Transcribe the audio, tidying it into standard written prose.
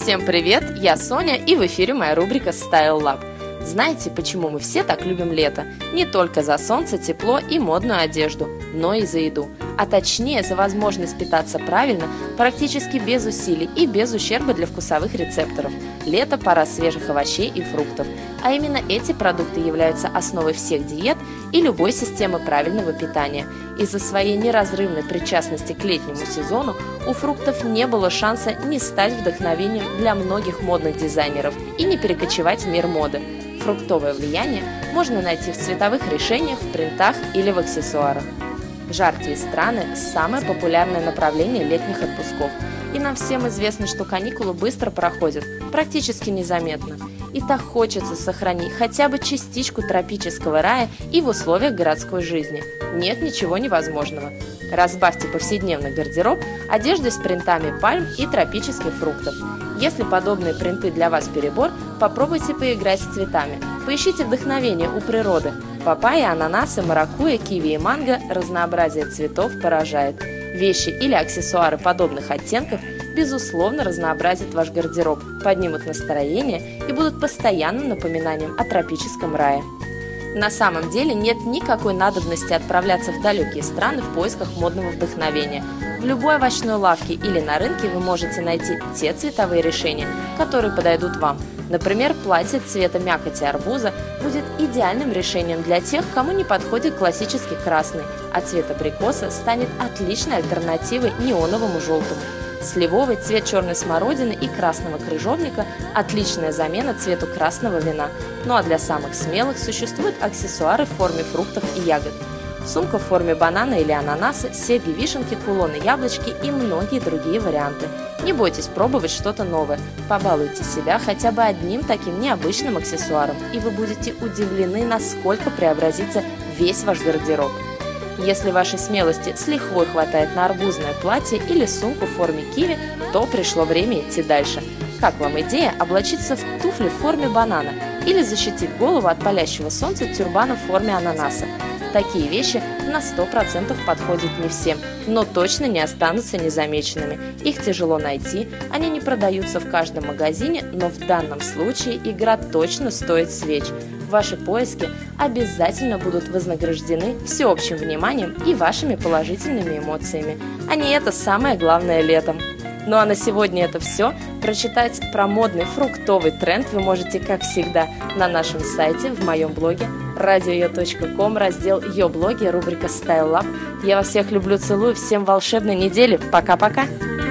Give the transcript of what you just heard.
Всем привет, я Соня, и в эфире моя рубрика Style Lab. Знаете, почему мы все так любим лето? Не только за солнце, тепло и модную одежду, но и за еду. А точнее, за возможность питаться правильно, практически без усилий и без ущерба для вкусовых рецепторов. Лето – пора свежих овощей и фруктов. А именно эти продукты являются основой всех диет и любой системы правильного питания. Из-за своей неразрывной причастности к летнему сезону у фруктов не было шанса не стать вдохновением для многих модных дизайнеров и не перекочевать в мир моды. Фруктовое влияние можно найти в цветовых решениях, в принтах или в аксессуарах. Жаркие страны – самое популярное направление летних отпусков. И нам всем известно, что каникулы быстро проходят, практически незаметно. И так хочется сохранить хотя бы частичку тропического рая и в условиях городской жизни. Нет ничего невозможного. Разбавьте повседневный гардероб одеждой с принтами пальм и тропических фруктов. Если подобные принты для вас перебор, попробуйте поиграть с цветами. Поищите вдохновение у природы. Папайя, ананасы, маракуйя, киви и манго – разнообразие цветов поражает. Вещи или аксессуары подобных оттенков безусловно разнообразят ваш гардероб, поднимут настроение и будут постоянным напоминанием о тропическом рае. На самом деле нет никакой надобности отправляться в далекие страны в поисках модного вдохновения. В любой овощной лавке или на рынке вы можете найти те цветовые решения, которые подойдут вам. Например, платье цвета мякоти арбуза будет идеальным решением для тех, кому не подходит классический красный, а цвет абрикоса станет отличной альтернативой неоновому желтому. Сливовый, цвет черной смородины и красного крыжовника – отличная замена цвету красного вина. Ну а для самых смелых существуют аксессуары в форме фруктов и ягод. Сумка в форме банана или ананаса, серьги, вишенки, кулоны, яблочки и многие другие варианты. Не бойтесь пробовать что-то новое. Побалуйте себя хотя бы одним таким необычным аксессуаром, и вы будете удивлены, насколько преобразится весь ваш гардероб. Если вашей смелости с лихвой хватает на арбузное платье или сумку в форме киви, то пришло время идти дальше. Как вам идея облачиться в туфли в форме банана или защитить голову от палящего солнца тюрбаном в форме ананаса? Такие вещи на 100% подходят не всем, но точно не останутся незамеченными. Их тяжело найти, они не продаются в каждом магазине, но в данном случае игра точно стоит свеч. Ваши поиски обязательно будут вознаграждены всеобщим вниманием и вашими положительными эмоциями. А не это самое главное летом. Ну а на сегодня это все. Прочитать про модный фруктовый тренд вы можете, как всегда, на нашем сайте, в моем блоге radio.com, раздел «Ее блоги», рубрика Style Lab. Я вас всех люблю, целую, всем волшебной недели, пока-пока!